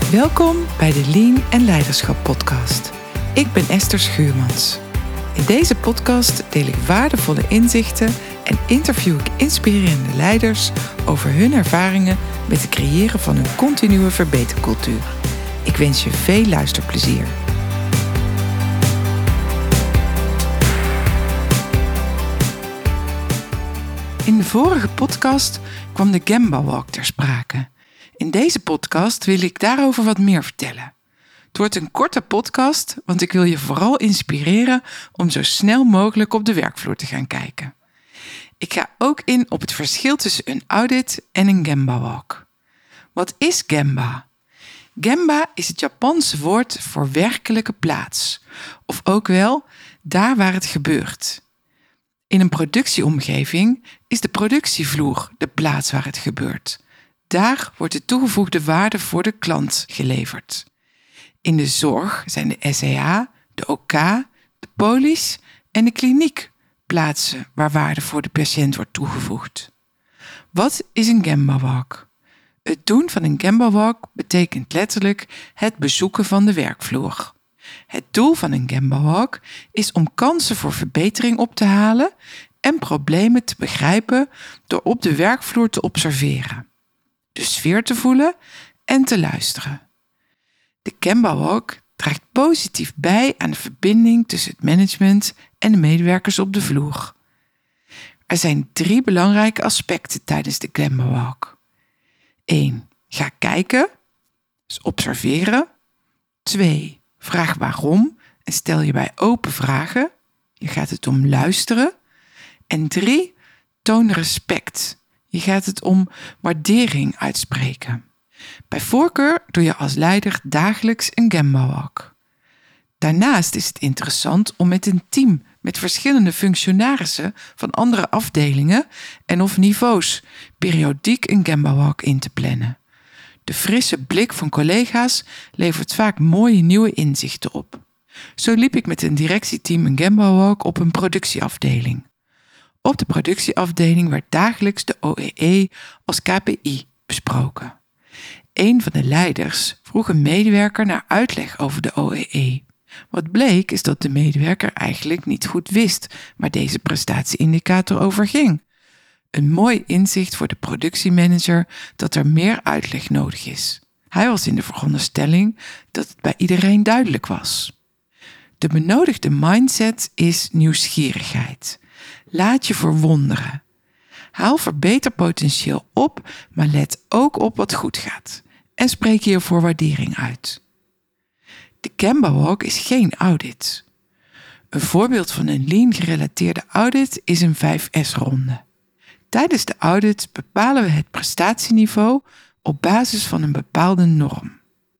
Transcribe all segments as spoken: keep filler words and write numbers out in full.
Welkom bij de Lean en Leiderschap podcast. Ik ben Esther Schuurmans. In deze podcast deel ik waardevolle inzichten en interview ik inspirerende leiders over hun ervaringen met het creëren van een continue verbetercultuur. Ik wens je veel luisterplezier. In de vorige podcast kwam de Gemba Walk ter sprake. In deze podcast wil ik daarover wat meer vertellen. Het wordt een korte podcast, want ik wil je vooral inspireren om zo snel mogelijk op de werkvloer te gaan kijken. Ik ga ook in op het verschil tussen een audit en een Gemba Walk. Wat is Gemba? Gemba is het Japanse woord voor werkelijke plaats, of ook wel daar waar het gebeurt. In een productieomgeving is de productievloer de plaats waar het gebeurt. Daar wordt de toegevoegde waarde voor de klant geleverd. In de zorg zijn de S E A, de O K, de polis en de kliniek plaatsen waar waarde voor de patiënt wordt toegevoegd. Wat is een Gemba Walk? Het doen van een Gemba Walk betekent letterlijk het bezoeken van de werkvloer. Het doel van een Gemba Walk is om kansen voor verbetering op te halen en problemen te begrijpen door op de werkvloer te observeren, de sfeer te voelen en te luisteren. De Gemba Walk draagt positief bij aan de verbinding tussen het management en de medewerkers op de vloer. Er zijn drie belangrijke aspecten tijdens de Gemba Walk. één. Ga kijken, dus observeren. twee. Vraag waarom en stel je bij open vragen. Je gaat het om luisteren. En drie. Toon respect. Je gaat het om waardering uitspreken. Bij voorkeur doe je als leider dagelijks een Gemba Walk. Daarnaast is het interessant om met een team met verschillende functionarissen van andere afdelingen en of niveaus periodiek een Gemba Walk in te plannen. De frisse blik van collega's levert vaak mooie nieuwe inzichten op. Zo liep ik met een directieteam een Gemba Walk op een productieafdeling. Op de productieafdeling werd dagelijks de O E E als K P I besproken. Een van de leiders vroeg een medewerker naar uitleg over de O E E. Wat bleek is dat de medewerker eigenlijk niet goed wist waar deze prestatieindicator over ging. Een mooi inzicht voor de productiemanager dat er meer uitleg nodig is. Hij was in de veronderstelling dat het bij iedereen duidelijk was. De benodigde mindset is nieuwsgierigheid. Laat je verwonderen. Haal verbeterpotentieel op, maar let ook op wat goed gaat. En spreek hiervoor waardering uit. De Gemba Walk is geen audit. Een voorbeeld van een lean-gerelateerde audit is een vijf S-ronde. Tijdens de audit bepalen we het prestatieniveau op basis van een bepaalde norm.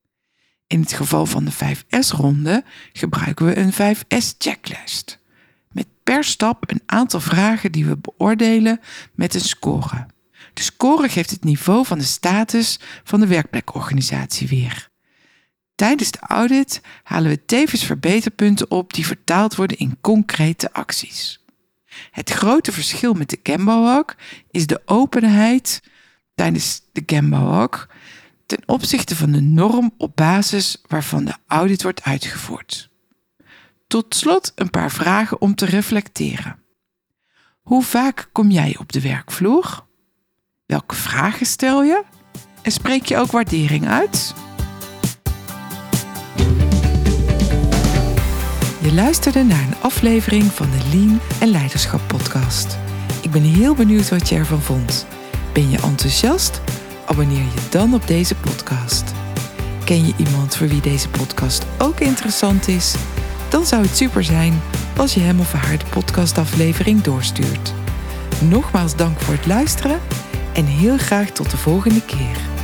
In het geval van de vijf S-ronde gebruiken we een vijf S-checklist. Met per stap een aantal vragen die we beoordelen met een score. De score geeft het niveau van de status van de werkplekorganisatie weer. Tijdens de audit halen we tevens verbeterpunten op die vertaald worden in concrete acties. Het grote verschil met de Gemba Walk is de openheid tijdens de Gemba Walk ten opzichte van de norm op basis waarvan de audit wordt uitgevoerd. Tot slot een paar vragen om te reflecteren. Hoe vaak kom jij op de werkvloer? Welke vragen stel je? En spreek je ook waardering uit? Je luisterde naar een aflevering van de Lean en Leiderschap podcast. Ik ben heel benieuwd wat je ervan vond. Ben je enthousiast? Abonneer je dan op deze podcast. Ken je iemand voor wie deze podcast ook interessant is? Dan zou het super zijn als je hem of haar de podcastaflevering doorstuurt. Nogmaals dank voor het luisteren en heel graag tot de volgende keer.